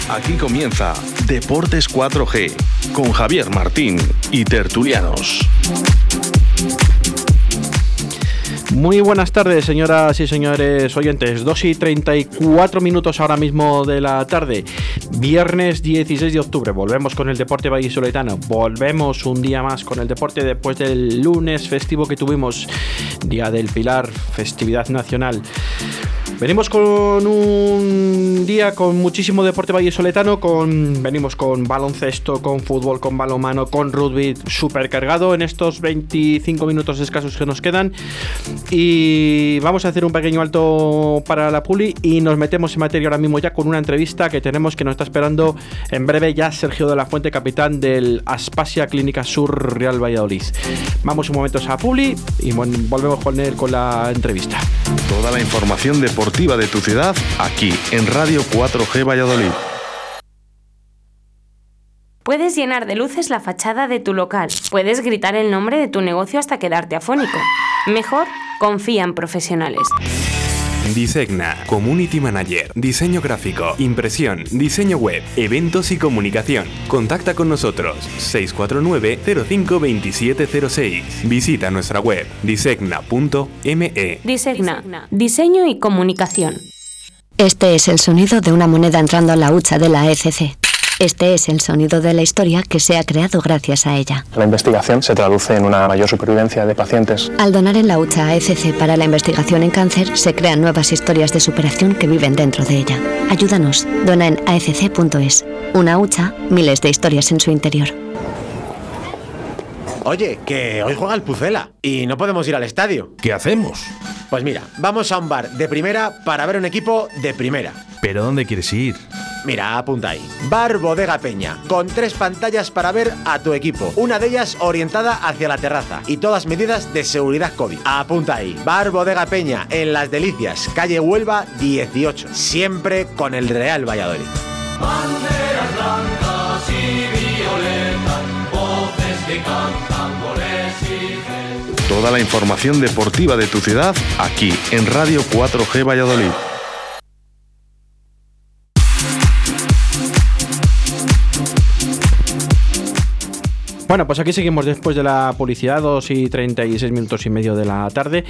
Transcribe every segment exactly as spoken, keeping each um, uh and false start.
Aquí comienza Deportes cuatro G con Javier Martín y tertulianos. Muy buenas tardes, señoras y señores oyentes. dos y treinta y cuatro minutos ahora mismo de la tarde. Viernes dieciséis de octubre. Volvemos con el deporte vallisoletano. Volvemos un día más con el deporte después del lunes festivo que tuvimos. Día del Pilar, festividad nacional. Venimos con un día con muchísimo deporte vallisoletano, con, venimos con baloncesto, con fútbol, con balonmano, con rugby, súper cargado en estos veinticinco minutos escasos que nos quedan. Y vamos a hacer un pequeño alto para la Puli y nos metemos en materia ahora mismo ya con una entrevista que tenemos, que nos está esperando en breve ya Sergio de la Fuente, capitán del Aspasia Clínica Sur Real Valladolid. Vamos un momento a Puli y volvemos con él con la entrevista. Toda la información deportiva de tu ciudad aquí en Radio cuatro G Valladolid. Puedes llenar de luces la fachada de tu local. Puedes gritar el nombre de tu negocio hasta quedarte afónico. Mejor, confía en profesionales. Disegna, Community Manager, diseño gráfico, impresión, diseño web, eventos y comunicación. Contacta con nosotros seis cuatro nueve cero cinco dos siete cero seis. Visita nuestra web disegna punto me. Disegna, diseño y comunicación. Este es el sonido de una moneda entrando a la hucha de la E C C. Este es el sonido de la historia que se ha creado gracias a ella. La investigación se traduce en una mayor supervivencia de pacientes. Al donar en la hucha A E C C para la investigación en cáncer, se crean nuevas historias de superación que viven dentro de ella. Ayúdanos, dona en a e c c punto es. Una hucha, miles de historias en su interior. Oye, que hoy juega el Pucela y no podemos ir al estadio. ¿Qué hacemos? Pues mira, vamos a un bar de primera para ver un equipo de primera. ¿Pero dónde quieres ir? Mira, apunta ahí. Bar Bodega Peña, con tres pantallas para ver a tu equipo. Una de ellas orientada hacia la terraza y todas medidas de seguridad COVID. Apunta ahí. Bar Bodega Peña, en Las Delicias, calle Huelva dieciocho. Siempre con el Real Valladolid. Banderas blancas y violetas, voces que cantan goles y gestos. Toda la información deportiva de tu ciudad aquí en Radio cuatro G Valladolid. Bueno, pues aquí seguimos después de la publicidad, dos y treinta y seis minutos y medio de la tarde.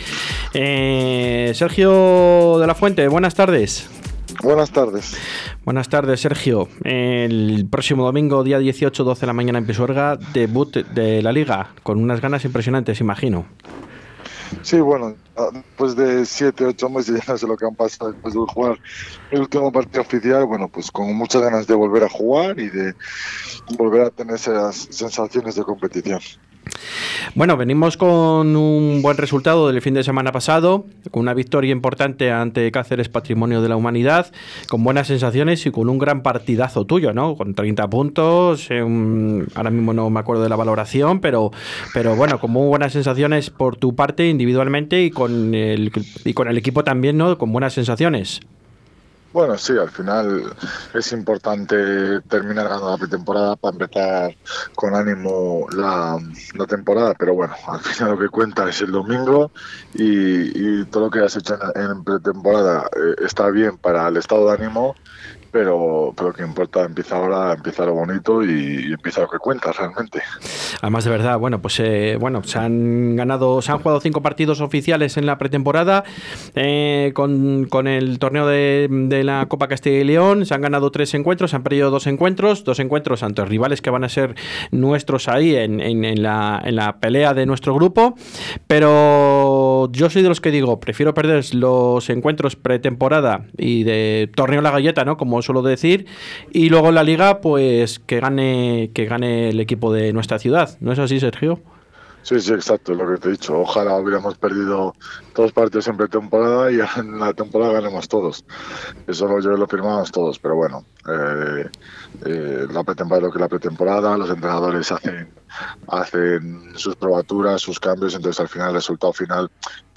Eh, Sergio de la Fuente, buenas tardes. Buenas tardes. Buenas tardes, Sergio. El próximo domingo, día dieciocho, doce de la mañana en Pisuerga, debut de la Liga, con unas ganas impresionantes, imagino. Sí, bueno, después de siete, ocho meses, ya no sé lo que han pasado después de jugar el último partido oficial, bueno, pues con muchas ganas de volver a jugar y de volver a tener esas sensaciones de competición. Bueno, venimos con un buen resultado del fin de semana pasado, con una victoria importante ante Cáceres Patrimonio de la Humanidad, con buenas sensaciones y con un gran partidazo tuyo, ¿no? Con treinta puntos, eh, un, ahora mismo no me acuerdo de la valoración, pero, pero bueno, con muy buenas sensaciones por tu parte individualmente y con el, y con el equipo también, ¿no? Con buenas sensaciones. Bueno, sí, al final es importante terminar ganando la pretemporada para empezar con ánimo la, la temporada, pero bueno, al final lo que cuenta es el domingo y, y todo lo que has hecho en, en pretemporada eh, está bien para el estado de ánimo, pero, pero lo que importa empieza ahora, empieza lo bonito y, y empieza lo que cuenta realmente. Además, de verdad, bueno, pues eh, bueno, se han ganado, se han jugado cinco partidos oficiales en la pretemporada eh, con, con el torneo de, de la Copa Castilla y León. Se han ganado tres encuentros, se han perdido dos encuentros, dos encuentros ante rivales que van a ser nuestros ahí en, en, en, la, en la pelea de nuestro grupo, pero yo soy de los que digo, prefiero perder los encuentros pretemporada y de torneo La Galleta, ¿no? Como suelo decir, y luego en la Liga, pues que gane, que gane el equipo de nuestra ciudad. ¿No es así, Sergio? Sí, sí, exacto, lo que te he dicho. Ojalá hubiéramos perdido todos los partidos en pretemporada y en la temporada ganemos todos. Eso yo lo firmamos todos, pero bueno, eh, eh, la pretemporada es lo que es la pretemporada, los entrenadores hacen, hacen sus probaturas, sus cambios, entonces al final el resultado final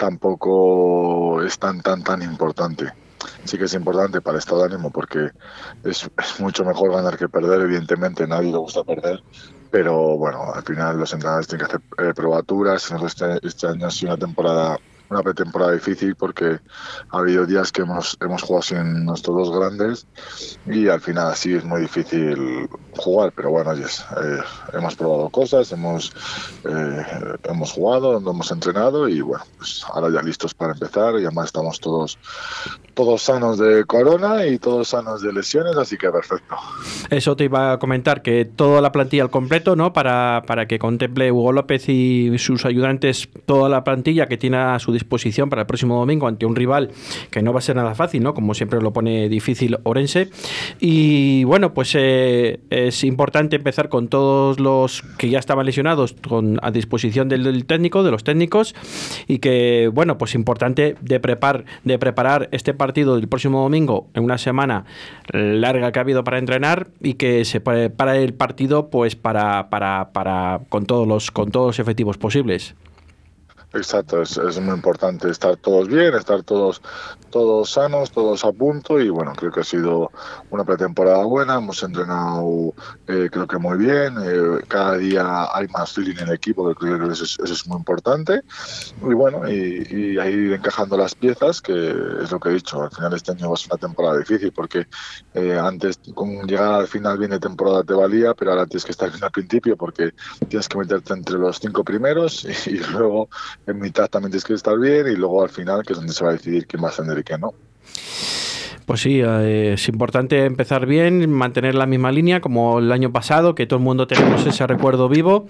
tampoco es tan, tan, tan importante. Sí que es importante para el estado de ánimo porque es, es mucho mejor ganar que perder, evidentemente nadie le gusta perder, pero bueno, al final los entrenadores tienen que hacer eh, probaturas. Nosotros este, este año ha sido una temporada una pretemporada difícil porque ha habido días que hemos, hemos jugado sin nuestros dos grandes y al final así es muy difícil jugar, pero bueno, yes, eh, hemos probado cosas, hemos, eh, hemos jugado, hemos entrenado y bueno, pues ahora ya listos para empezar y además estamos todos, todos sanos de corona y todos sanos de lesiones, así que perfecto. Eso te iba a comentar, que toda la plantilla al completo, ¿no? Para, para que contemple Hugo López y sus ayudantes toda la plantilla que tiene a su disposición para el próximo domingo ante un rival que no va a ser nada fácil, ¿no? Como siempre lo pone difícil Orense. Y bueno, pues eh, es importante empezar con todos los que ya estaban lesionados con, a disposición del, del técnico, de los técnicos, y que, bueno, pues importante de, prepar, de preparar este partido del próximo domingo en una semana larga que ha habido para entrenar y que se prepara el partido pues para, para, para con todos los con todos los efectivos posibles. Exacto, es, es muy importante estar todos bien, estar todos todos sanos, todos a punto y bueno, creo que ha sido una pretemporada buena, hemos entrenado eh, creo que muy bien, eh, cada día hay más feeling en el equipo, que creo que eso es, eso es muy importante y bueno, y, y a ir encajando las piezas, que es lo que he dicho, al final este año va a ser una temporada difícil porque eh, antes con llegar al final bien de temporada te valía, pero ahora tienes que estar bien al principio porque tienes que meterte entre los cinco primeros y, y luego en mitad también tienes que estar bien y luego al final que es donde se va a decidir quién va a ascender y quién no. Pues sí, eh, es importante empezar bien, mantener la misma línea como el año pasado, que todo el mundo tenemos ese recuerdo vivo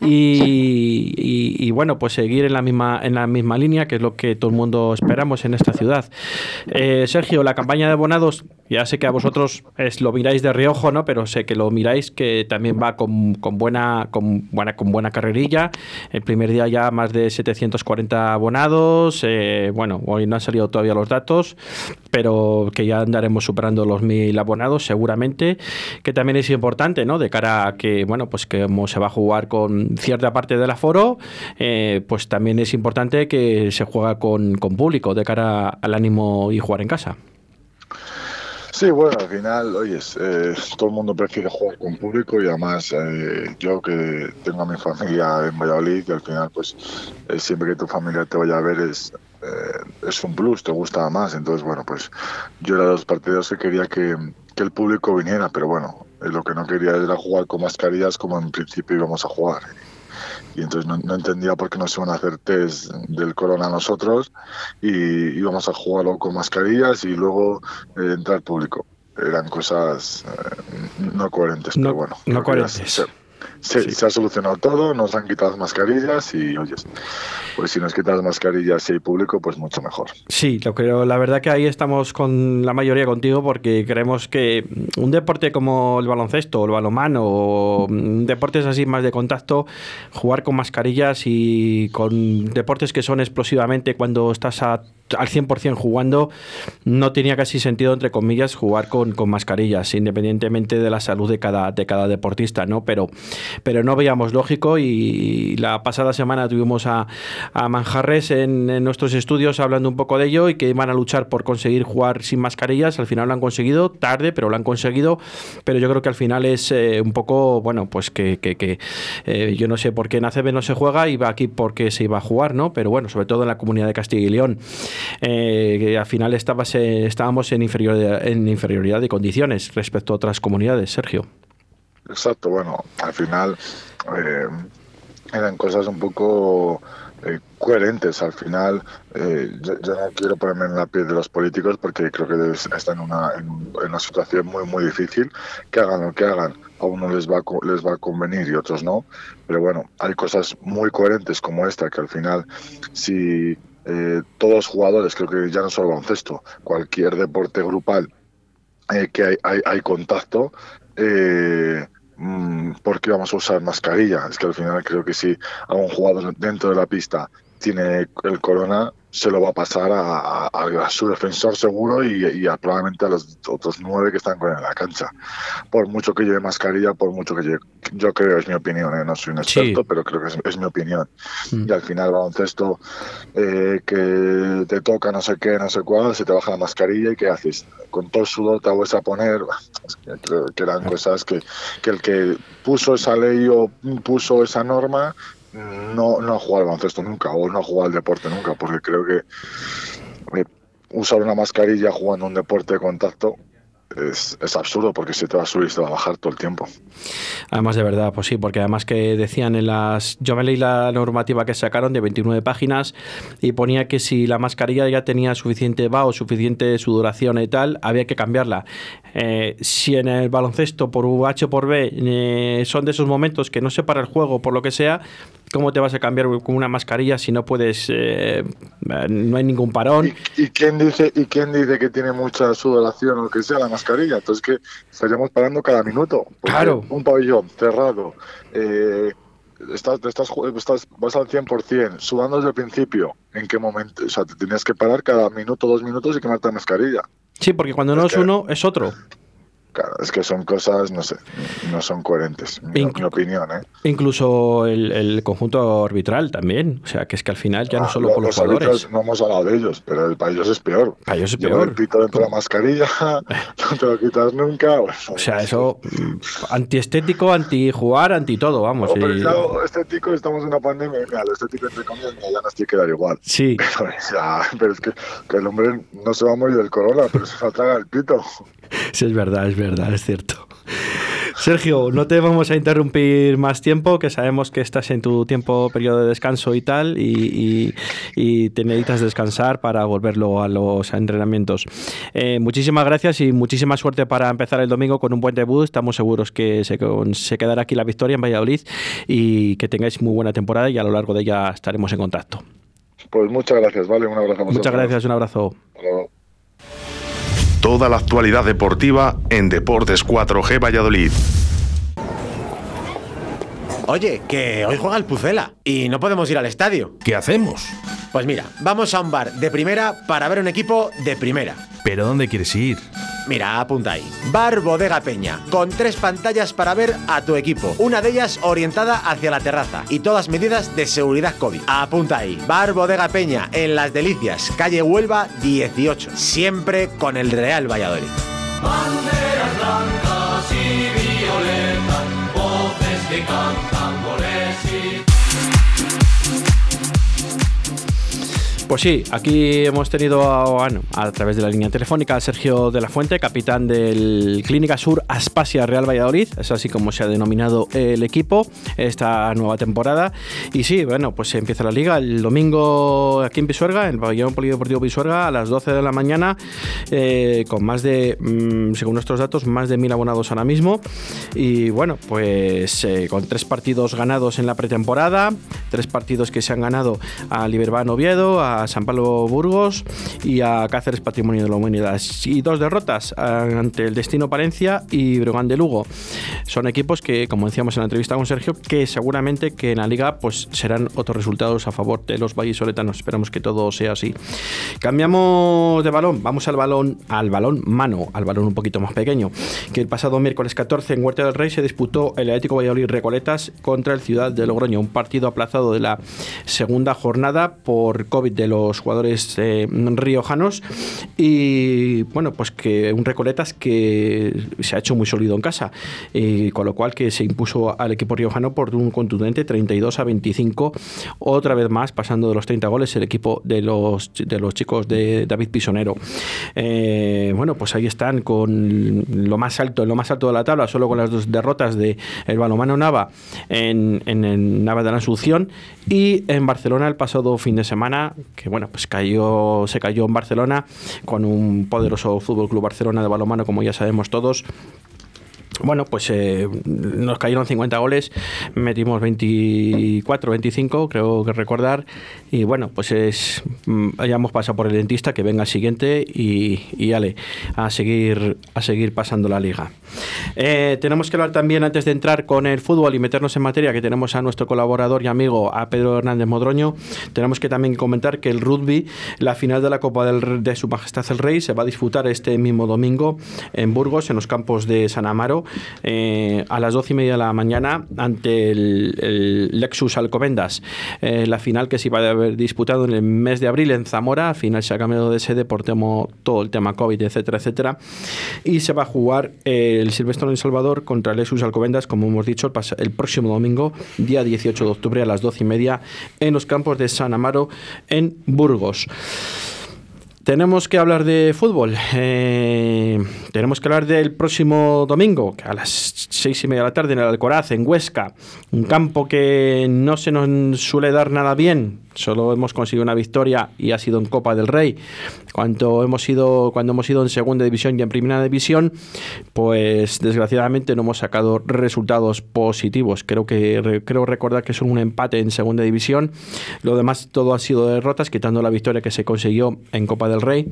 y, y, y bueno, pues seguir en la misma en la misma línea, que es lo que todo el mundo esperamos en esta ciudad. Eh, Sergio, la campaña de abonados, ya sé que a vosotros es, lo miráis de reojo, ¿no? Pero sé que lo miráis, que también va con, con buena con buena con buena carrerilla. El primer día ya más de setecientos cuarenta abonados. Eh, bueno, hoy no han salido todavía los datos, pero que ya andaremos superando los mil abonados seguramente, que también es importante, ¿no? De cara a que, bueno, pues que como se va a jugar con cierta parte del aforo, eh, pues también es importante que se juega con, con público de cara al ánimo y jugar en casa. Sí, bueno, al final, oyes, eh, todo el mundo prefiere jugar con público y además eh, yo que tengo a mi familia en Valladolid y al final pues eh, siempre que tu familia te vaya a ver es, eh, es un plus, te gusta más, entonces bueno, pues yo era de los partidos que quería que, que el público viniera, pero bueno, eh, lo que no quería era jugar con mascarillas como en principio íbamos a jugar. Y entonces no, no entendía por qué no se iban a hacer test del corona nosotros y íbamos a jugarlo con mascarillas y luego eh, entrar público. Eran cosas eh, no coherentes, no, pero bueno. No coherentes. Se, se, sí. se ha solucionado todo, nos han quitado las mascarillas y, oye, pues si nos quitan las mascarillas y hay público, pues mucho mejor. Sí, lo creo. La verdad que ahí estamos con la mayoría contigo porque creemos que un deporte como el baloncesto o el balonmano o deportes así más de contacto, jugar con mascarillas y con deportes que son explosivamente cuando estás a, al cien por ciento jugando, no tenía casi sentido, entre comillas, jugar con, con mascarillas, independientemente de la salud de cada, de cada deportista, ¿no? Pero, pero no veíamos lógico y la pasada semana tuvimos a a Manjarres en, en nuestros estudios hablando un poco de ello y que iban a luchar por conseguir jugar sin mascarillas. Al final lo han conseguido, tarde, pero lo han conseguido. Pero yo creo que al final es eh, un poco, bueno, pues que, que, que eh, yo no sé por qué en A C B no se juega y va aquí porque se iba a jugar, ¿no? Pero bueno, sobre todo en la Comunidad de Castilla y León, eh, que al final estaba, se, estábamos en inferioridad, en inferioridad de condiciones respecto a otras comunidades, Sergio. Exacto, bueno, al final eh, eran cosas un poco Eh, coherentes. Al final eh, yo, yo no quiero ponerme en la piel de los políticos porque creo que están en una, en, en una situación muy muy difícil, que hagan lo que hagan, a unos les va a, les va a convenir y otros no, pero bueno, hay cosas muy coherentes como esta, que al final si eh, todos los jugadores, creo que ya no solo baloncesto, cualquier deporte grupal eh, que hay, hay, hay contacto, eh, ¿por qué vamos a usar mascarilla? Es que al final creo que si a un jugador dentro de la pista tiene el corona, se lo va a pasar a, a, a su defensor seguro y, y a, probablemente a los otros nueve que están con él en la cancha. Por mucho que lleve mascarilla, por mucho que lleve, yo creo, es mi opinión, ¿eh? No soy un experto, sí, pero creo que es, es mi opinión. Mm. Y al final baloncesto, eh, que te toca no sé qué, no sé cuál, se te baja la mascarilla y ¿qué haces? Con todo el sudor te vuelves a poner. Es que creo que eran cosas que, que el que puso esa ley o puso esa norma no, no ha jugado al baloncesto nunca o no ha jugado al deporte nunca, porque creo que eh, usar una mascarilla jugando un deporte de contacto Es, es absurdo, porque se te va a subir y se va a bajar todo el tiempo. Además, de verdad, pues sí, porque además que decían en las... Yo me leí la normativa que sacaron de veintinueve páginas y ponía que si la mascarilla ya tenía suficiente V A O, suficiente su duración y tal, había que cambiarla. Eh, si en el baloncesto por H o por B eh, son de esos momentos que no se para el juego por lo que sea, ¿cómo te vas a cambiar con una mascarilla si no puedes, eh, no hay ningún parón? ¿Y, y quién dice y quién dice que tiene mucha sudoración o lo que sea la mascarilla? Entonces que estaríamos parando cada minuto. Claro. Un pabellón cerrado, eh, estás, estás, estás, vas al cien por ciento, sudando desde el principio. ¿En qué momento? O sea, te tenías que parar cada minuto, dos minutos y quemarte la mascarilla. Sí, porque cuando no es, es que, uno, es otro. Claro, es que son cosas, no sé, no son coherentes, mi, Inclu- mi opinión, ¿eh? Incluso el, el conjunto arbitral también, o sea, que es que al final ya ah, no solo los, con los, los jugadores. No hemos hablado de ellos, pero para ellos es peor. Para ellos es peor. Llevar el pito dentro de la mascarilla, no te lo quitas nunca. Bueno, o sea, eso, antiestético, antijugar, anti todo, vamos. No, pero y... claro, estético, estamos en una pandemia, mira, lo estético entre comillas ya nos tiene que dar igual. Sí. Pero, ya, pero es que, que el hombre no se va a morir del corona, pero se va a tragar el pito. Sí, es verdad, es verdad, es cierto. Sergio, no te vamos a interrumpir más tiempo, que sabemos que estás en tu tiempo, periodo de descanso y tal, y, y, y te necesitas descansar para volver luego a los entrenamientos. Eh, muchísimas gracias y muchísima suerte para empezar el domingo con un buen debut. Estamos seguros que se, se quedará aquí la victoria en Valladolid y que tengáis muy buena temporada, y a lo largo de ella estaremos en contacto. Pues muchas gracias, vale, un abrazo a vosotros. Muchas gracias, un abrazo. Hasta luego. Toda la actualidad deportiva en Deportes cuatro G Valladolid. Oye, que hoy juega el Pucela y no podemos ir al estadio. ¿Qué hacemos? Pues mira, vamos a un bar de primera para ver un equipo de primera. ¿Pero dónde quieres ir? Mira, apunta ahí. Bar Bodega Peña, con tres pantallas para ver a tu equipo. Una de ellas orientada hacia la terraza y todas medidas de seguridad COVID. Apunta ahí. Bar Bodega Peña, en Las Delicias, calle Huelva dieciocho. Siempre con el Real Valladolid. Banderas blancas y violetas, voces que cantan goles y... Pues sí, aquí hemos tenido a, bueno, a través de la línea telefónica a Sergio de la Fuente, capitán del Clínica Sur Aspasia Real Valladolid, es así como se ha denominado el equipo esta nueva temporada. Y sí, bueno, pues empieza la liga el domingo aquí en Pisuerga, en el pabellón polideportivo Pisuerga, a las doce de la mañana, eh, con más de, mmm, según nuestros datos, más de mil abonados ahora mismo. Y bueno, pues eh, con tres partidos ganados en la pretemporada, tres partidos que se han ganado a Liberban Oviedo, a San Pablo Burgos y a Cáceres Patrimonio de la Humanidad, y dos derrotas ante el Destino Palencia y Breogán de Lugo. Son equipos que, como decíamos en la entrevista con Sergio, que seguramente que en la liga pues serán otros resultados a favor de los vallisoletanos. Esperamos que todo sea así. Cambiamos de balón, vamos al balón al balón mano, al balón un poquito más pequeño, que el pasado miércoles catorce en Huerta del Rey se disputó el Atlético Valladolid Recoletas contra el Ciudad de Logroño, un partido aplazado de la segunda jornada por COVID de los jugadores eh, riojanos. Y bueno, pues que un Recoletas que se ha hecho muy sólido en casa, y con lo cual que se impuso al equipo riojano por un contundente treinta y dos a veinticinco, otra vez más pasando de los treinta goles el equipo de los, de los chicos de David Pisonero. Eh, bueno, pues ahí están con lo más alto, lo más alto de la tabla, solo con las dos derrotas de el balonmano Nava en, en el Nava de la Asunción, y en Barcelona el pasado fin de semana, que bueno, pues cayó, se cayó en Barcelona con un poderoso Fútbol Club Barcelona de balonmano, como ya sabemos todos. Bueno, pues eh, nos cayeron cincuenta goles, metimos veinticuatro, veinticinco, creo que recordar, y bueno, pues es ya hemos pasado por el dentista, que venga el siguiente y, y ale, a seguir, a seguir pasando la liga. Eh, tenemos que hablar también, antes de entrar con el fútbol y meternos en materia, que tenemos a nuestro colaborador y amigo, a Pedro Hernández Modroño. Tenemos que también comentar que el rugby, la final de la Copa del, de Su Majestad el Rey, se va a disputar este mismo domingo en Burgos, en los campos de San Amaro, Eh, a las doce y media de la mañana, ante el, el Lexus Alcobendas. Eh, la final que se iba a haber disputado en el mes de abril en Zamora, al final se ha cambiado de sede por temo, todo el tema COVID, etcétera, etcétera. Y se va a jugar eh, el Silvestre Silvestre en El Salvador contra el Lexus Alcobendas, como hemos dicho, el, pas- el próximo domingo, día dieciocho de octubre a las doce y media, en los campos de San Amaro, en Burgos. Tenemos que hablar de fútbol. Eh, tenemos que hablar del próximo domingo, que a las seis y media de la tarde en el Alcoraz, en Huesca. Un campo que no se nos suele dar nada bien. Solo hemos conseguido una victoria y ha sido en Copa del Rey. Cuando hemos ido, cuando hemos ido en Segunda División y en Primera División, pues desgraciadamente no hemos sacado resultados positivos. Creo que creo recordar que es un empate en Segunda División. Lo demás todo ha sido derrotas, quitando la victoria que se consiguió en Copa del Rey.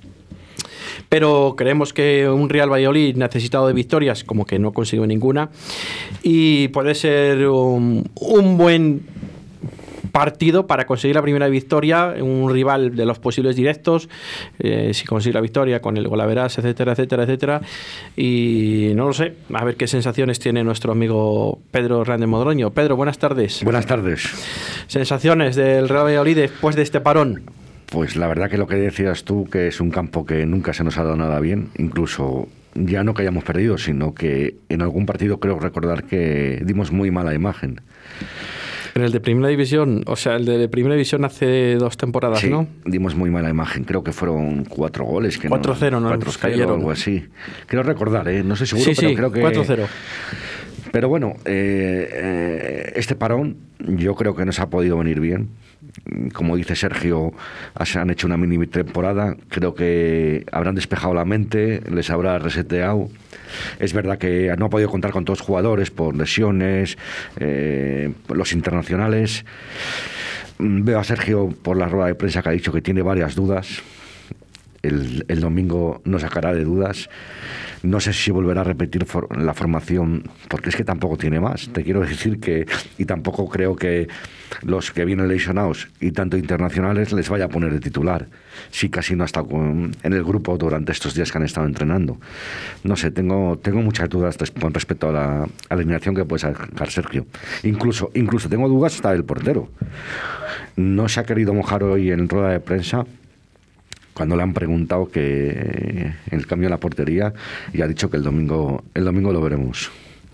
Pero creemos que un Real Valladolid necesitado de victorias, como que no consiguió ninguna, y puede ser un, un buen partido para conseguir la primera victoria, un rival de los posibles directos, eh, si consigue la victoria con el golaveras, etcétera, etcétera, etcétera. Y no lo sé, a ver qué sensaciones tiene nuestro amigo Pedro Hernández Modroño. Pedro, buenas tardes. Buenas tardes. Sensaciones del Real Valladolid después de este parón. Pues la verdad que lo que decías tú, que es un campo que nunca se nos ha dado nada bien, incluso ya no que hayamos perdido, sino que en algún partido creo recordar que dimos muy mala imagen. En el de Primera División, o sea, el de Primera División hace dos temporadas, sí, ¿no? Dimos muy mala imagen. Creo que fueron cuatro goles. Que cuatro cero, ¿no? cuatro cero o algo así. Creo recordar, ¿eh? No estoy seguro, sí, pero sí, creo que... cuatro cero. Pero bueno, eh, eh, este parón yo creo que nos ha podido venir bien. Como dice Sergio, han hecho una mini temporada. Creo que habrán despejado la mente, les habrá reseteado. Es verdad que no ha podido contar con todos los jugadores por lesiones, eh, los internacionales. Veo a Sergio por la rueda de prensa que ha dicho que tiene varias dudas. El, el domingo nos sacará de dudas. No sé si volverá a repetir for, la formación, porque es que tampoco tiene más. Te quiero decir que, y tampoco creo que los que vienen lesionados y tanto internacionales les vaya a poner de titular. Sí, casi no ha estado con, en el grupo durante estos días que han estado entrenando. No sé, tengo, tengo muchas dudas con respecto a la, a la alineación que puede sacar Sergio. Incluso, incluso tengo dudas hasta del portero. No se ha querido mojar hoy en rueda de prensa cuando le han preguntado que el cambio en la portería, y ha dicho que el domingo el domingo lo veremos.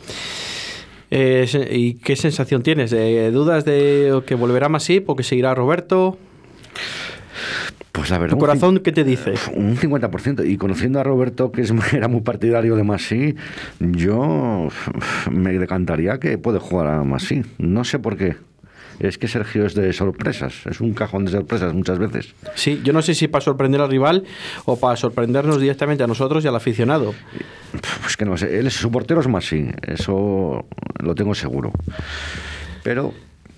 Eh, ¿Y qué sensación tienes? ¿De dudas de que volverá Masip o que seguirá Roberto? Pues la verdad, ¿Tu corazón qué te dice? Un cincuenta por ciento. Y conociendo a Roberto, que es, era muy partidario de Masip, yo me decantaría que puede jugar a Masip. No sé por qué. Es que Sergio es de sorpresas, es un cajón de sorpresas muchas veces. Sí, yo no sé si para sorprender al rival o para sorprendernos directamente a nosotros y al aficionado. Pues que no sé, él, su portero es Masip, eso lo tengo seguro. Pero...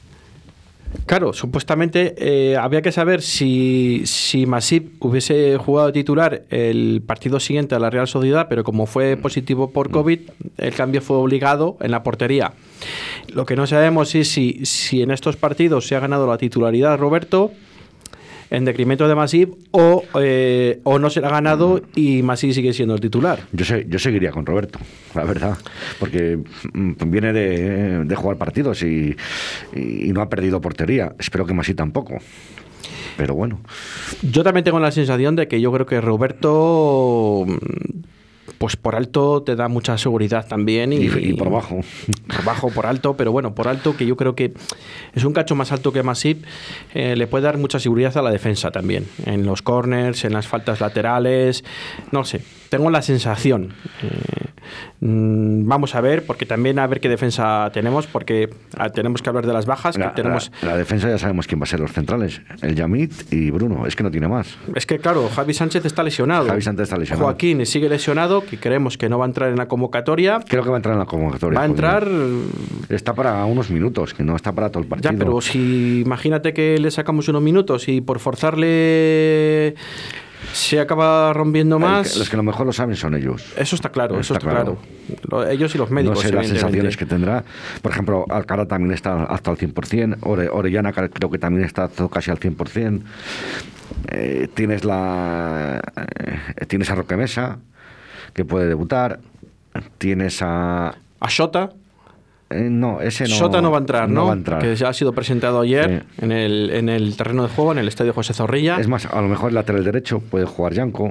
Claro, supuestamente eh, había que saber si, si Masip hubiese jugado titular el partido siguiente a la Real Sociedad, pero como fue positivo por COVID, el cambio fue obligado en la portería. Lo que no sabemos es si, si en estos partidos se ha ganado la titularidad Roberto en decremento de Masip o, eh, o no se la ha ganado y Masip sigue siendo el titular. Yo sé, yo seguiría con Roberto, la verdad, porque viene de, de jugar partidos y, y no ha perdido portería. Espero que Masip tampoco. Pero bueno. Yo también tengo la sensación de que yo creo que Roberto, pues por alto te da mucha seguridad también. Y, y, y por bajo. Por bajo, por alto, pero bueno, por alto, que yo creo que es un cacho más alto que Masip, eh, le puede dar mucha seguridad a la defensa también. En los corners, en las faltas laterales, no sé, tengo la sensación. Eh, mmm, vamos a ver, porque también a ver qué defensa tenemos, porque ah, tenemos que hablar de las bajas. La, que tenemos... la, la defensa ya sabemos quién va a ser los centrales, el Yamit y Bruno, es que no tiene más. Es que claro, Javi Sánchez está lesionado. Javi Sánchez está lesionado. Joaquín sigue lesionado, que creemos que no va a entrar en la convocatoria. Creo que va a entrar en la convocatoria. Va a entrar... Está para unos minutos, que no está para todo el partido. Ya, pero si imagínate que le sacamos unos minutos y por forzarle se acaba rompiendo más. El, los que a lo mejor lo saben son ellos. Eso está claro, eso está está claro. claro. Ellos y los médicos. No sé las sensaciones que tendrá. Por ejemplo, Alcara también está hasta al cien por ciento. Ore, Orellana creo que también está casi al cien por ciento. Eh, tienes la eh, tienes a Roque Mesa, que puede debutar. Tienes a... A Xota. Eh, no, ese no. Xota no va a entrar, ¿no? No va a entrar. Que ya ha sido presentado ayer sí. en, el, en el terreno de juego, en el estadio José Zorrilla. Es más, a lo mejor el lateral derecho puede jugar Yanko.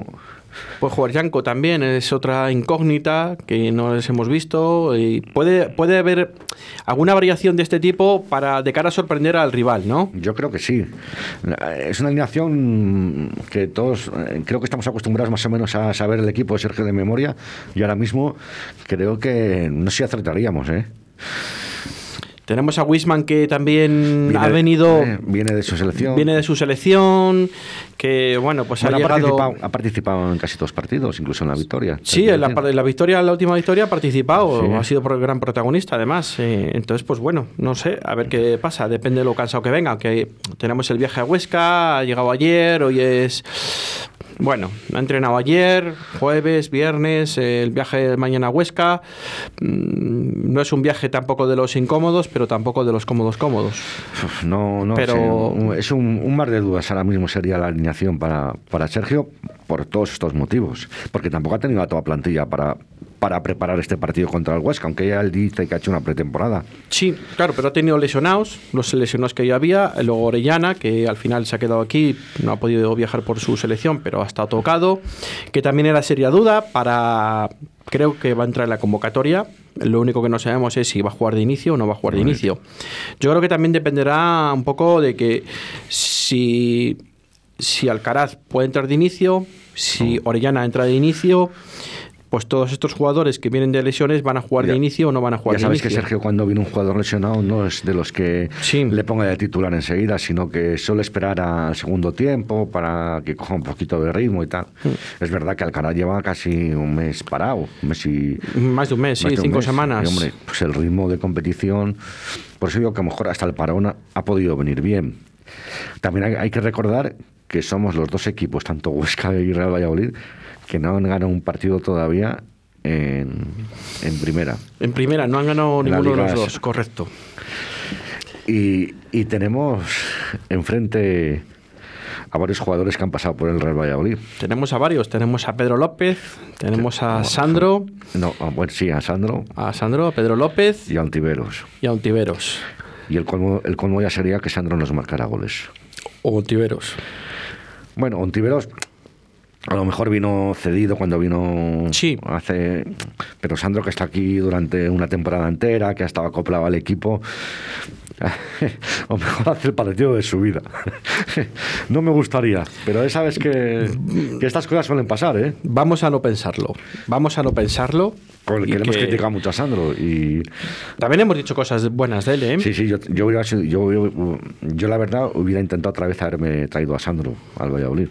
Puede jugar Janko también, es otra incógnita que no les hemos visto. Y puede, puede haber alguna variación de este tipo para de cara a sorprender al rival, ¿no? Yo creo que sí. Es una alineación que todos eh, creo que estamos acostumbrados más o menos a saber el equipo de Sergio de memoria, y ahora mismo creo que no sé si acertaríamos, ¿eh? Tenemos a Wisman, que también viene, ha venido... Eh, viene de su selección. Viene de su selección, que bueno, pues bueno, ha, ha, llegado... participado, ha participado en casi todos los partidos, incluso en la victoria. Sí, en la, la victoria, la última victoria ha participado, sí. Ha sido gran protagonista además. Eh, entonces, pues bueno, no sé, a ver qué pasa, depende de lo cansado que venga, aunque tenemos el viaje a Huesca, ha llegado ayer, hoy es... Bueno, ha entrenado ayer, jueves, viernes, el viaje de mañana a Huesca. No es un viaje tampoco de los incómodos, pero tampoco de los cómodos cómodos. No, no pero... sé. Es un, un mar de dudas ahora mismo sería la alineación para, para Sergio, por todos estos motivos. Porque tampoco ha tenido a toda plantilla para... para preparar este partido contra el Huesca, aunque ya él dice que ha hecho una pretemporada. Sí, claro, pero ha tenido lesionados, los lesionados que ya había, luego Orellana, que al final se ha quedado aquí, no ha podido viajar por su selección, pero ha estado tocado, que también era seria duda para... Creo que va a entrar en la convocatoria. Lo único que no sabemos es si va a jugar de inicio o no va a jugar de inicio. Yo creo que también dependerá un poco de que si, si Alcaraz puede entrar de inicio, si Orellana entra de inicio... Pues todos estos jugadores que vienen de lesiones van a jugar ya, de inicio o no van a jugar de inicio. Ya sabes que Sergio, cuando viene un jugador lesionado, no es de los que sí. le ponga de titular enseguida, sino que suele esperar al segundo tiempo para que coja un poquito de ritmo y tal. Mm. Es verdad que Alcaraz lleva casi un mes parado, un mes y... Más de un mes, sí, cinco mes. semanas. Y, hombre, pues el ritmo de competición, por eso digo que a lo mejor hasta el parón ha podido venir bien. También hay, hay que recordar que somos los dos equipos, tanto Huesca y Real Valladolid, que no han ganado un partido todavía en, en primera. En primera, no han ganado ninguno de los dos, correcto. Y, y tenemos enfrente a varios jugadores que han pasado por el Real Valladolid. Tenemos a varios, tenemos a Pedro López, tenemos a Sandro. No, bueno, sí, a Sandro. A Sandro, a Pedro López. Y a Ontiveros. Y a Ontiveros. Y el colmo, el colmo ya sería que Sandro nos marcara goles. O Ontiveros. Bueno, Ontiveros... A lo mejor vino cedido cuando vino sí. hace... Pero Sandro, que está aquí durante una temporada entera, que ha estado acoplado al equipo, a lo mejor hace el partido de su vida. No me gustaría, pero sabes que, que estas cosas suelen pasar, ¿eh? Vamos a no pensarlo. Vamos a no pensarlo. Con el que le hemos criticado mucho a Sandro. Y también hemos dicho cosas buenas de él, ¿eh? Sí, sí, yo, yo, hubiera, yo, yo, yo la verdad hubiera intentado otra vez haberme traído a Sandro al Valladolid.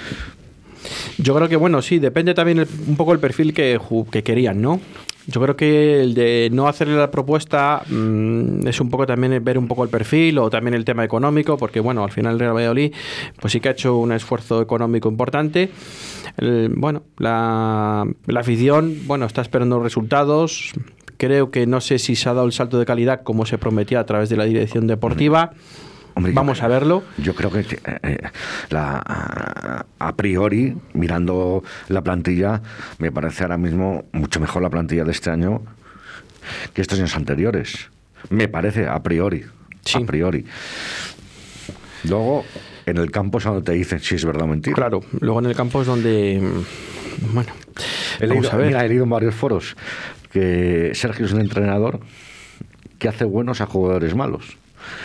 Yo creo que, bueno, sí, depende también el, un poco el perfil que, que querían, ¿no? Yo creo que el de no hacerle la propuesta mmm, es un poco también ver un poco el perfil o también el tema económico, porque, bueno, al final el Real Valladolid pues sí que ha hecho un esfuerzo económico importante. El, bueno, la, la afición, bueno, está esperando resultados. Creo que no sé si se ha dado el salto de calidad como se prometía a través de la dirección deportiva. Hombre, Vamos creo, a verlo. Yo creo que eh, la, a, a priori, mirando la plantilla, me parece ahora mismo mucho mejor la plantilla de este año que estos años anteriores. Me parece, a priori. Sí. A priori. Luego, en el campo es donde te dicen si es verdad o mentira. Claro, luego en el campo es donde... Bueno, he leído, a ver. Mira, he leído en varios foros que Sergio es un entrenador que hace buenos a jugadores malos.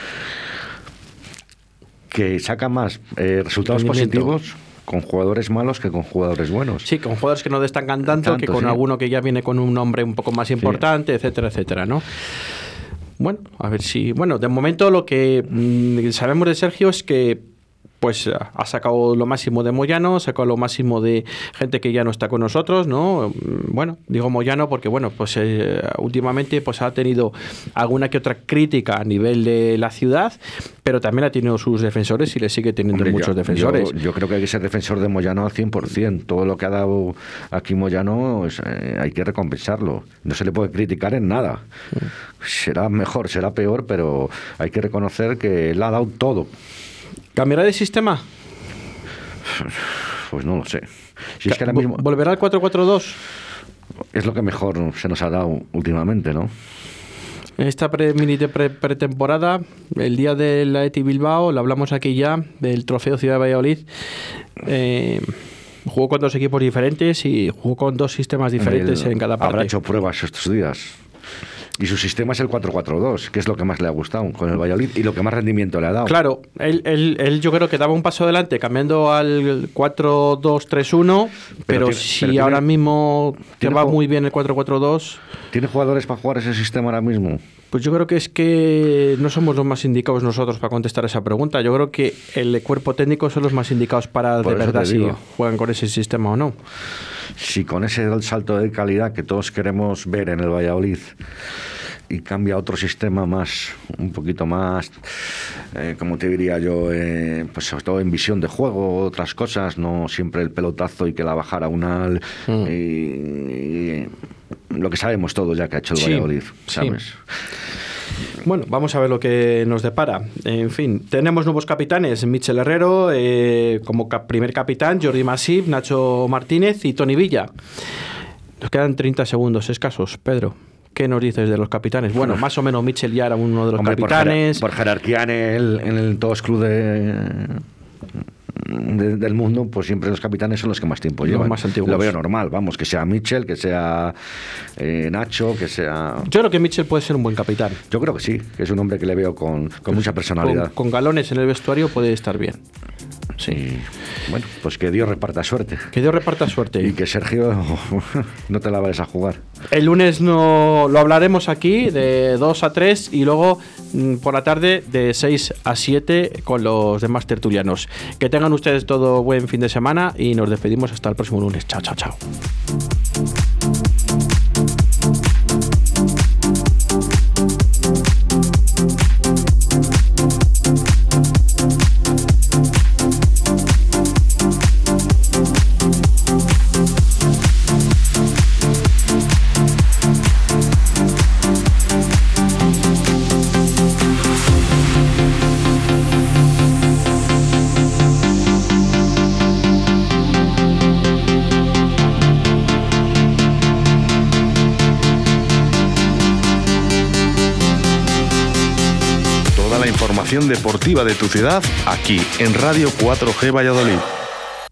Que saca más eh, resultados positivos con jugadores malos que con jugadores buenos. Sí, con jugadores que no destacan tanto, tanto que con sí. alguno que ya viene con un nombre un poco más importante, sí. etcétera, etcétera, ¿no? Bueno, a ver si... Bueno, de momento lo que mmm, sabemos de Sergio es que pues ha sacado lo máximo de Moyano, ha sacado lo máximo de gente que ya no está con nosotros, ¿no? Bueno, digo Moyano porque, bueno, pues eh, últimamente pues ha tenido alguna que otra crítica a nivel de la ciudad, pero también ha tenido sus defensores y le sigue teniendo Hombre, muchos yo, defensores. Yo, yo creo que hay que ser defensor de Moyano al cien por ciento. Todo lo que ha dado aquí Moyano es, eh, hay que recompensarlo. No se le puede criticar en nada. Será mejor, será peor, pero hay que reconocer que él ha dado todo. ¿Cambiará de sistema? Pues no lo sé. Si es que ahora mismo... ¿Volverá al cuatro cuatro dos? Es lo que mejor se nos ha dado últimamente, ¿no? En esta pre, mini pre, pretemporada, el día del Athletic Bilbao, lo hablamos aquí ya, del trofeo Ciudad de Valladolid, eh, Jugó con dos equipos diferentes y jugó con dos sistemas diferentes El, en cada parte. Habrá hecho pruebas estos días. Y su sistema es el cuatro cuatro dos, que es lo que más le ha gustado con el Valladolid y lo que más rendimiento le ha dado. Claro, él, él, él yo creo que daba un paso adelante cambiando al cuatro dos tres uno, pero, pero tiene, si pero ahora tiene, mismo te va muy bien el cuatro cuatro dos... ¿Tiene jugadores para jugar ese sistema ahora mismo? Pues yo creo que es que no somos los más indicados nosotros para contestar esa pregunta. Yo creo que el cuerpo técnico son los más indicados para Por de verdad si juegan con ese sistema o no. Si con ese salto de calidad que todos queremos ver en el Valladolid y cambia a otro sistema más, un poquito más, eh, como te diría yo, eh, pues sobre todo en visión de juego, otras cosas, no siempre el pelotazo y que la bajara una mm. y, y lo que sabemos todos ya que ha hecho el sí, Valladolid, ¿sabes? Sí. Bueno, vamos a ver lo que nos depara. En fin, tenemos nuevos capitanes: Michel Herrero eh, como cap- primer capitán, Jordi Masip, Nacho Martínez y Toni Villa. Nos quedan treinta segundos escasos, Pedro. ¿Qué nos dices de los capitanes? Bueno, más o menos Michel ya era uno de los Hombre, capitanes. Por, jer- por jerarquía en el, en el todos club de, de, del mundo, pues siempre los capitanes son los que más tiempo llevan. Los más antiguos. Lo veo normal, vamos, que sea Michel, que sea eh, Nacho, que sea... Yo creo que Michel puede ser un buen capitán. Yo creo que sí, que es un hombre que le veo con, con mucha personalidad. Con, con galones en el vestuario puede estar bien. Sí. Bueno, pues que Dios reparta suerte. Que Dios reparta suerte. Y que Sergio no te la vayas a jugar. El lunes no lo hablaremos aquí de dos a tres y luego por la tarde de seis a siete con los demás tertulianos. Que tengan ustedes todo buen fin de semana y nos despedimos hasta el próximo lunes. Chao, chao, chao. Deportiva de tu ciudad, aquí en Radio cuatro G Valladolid.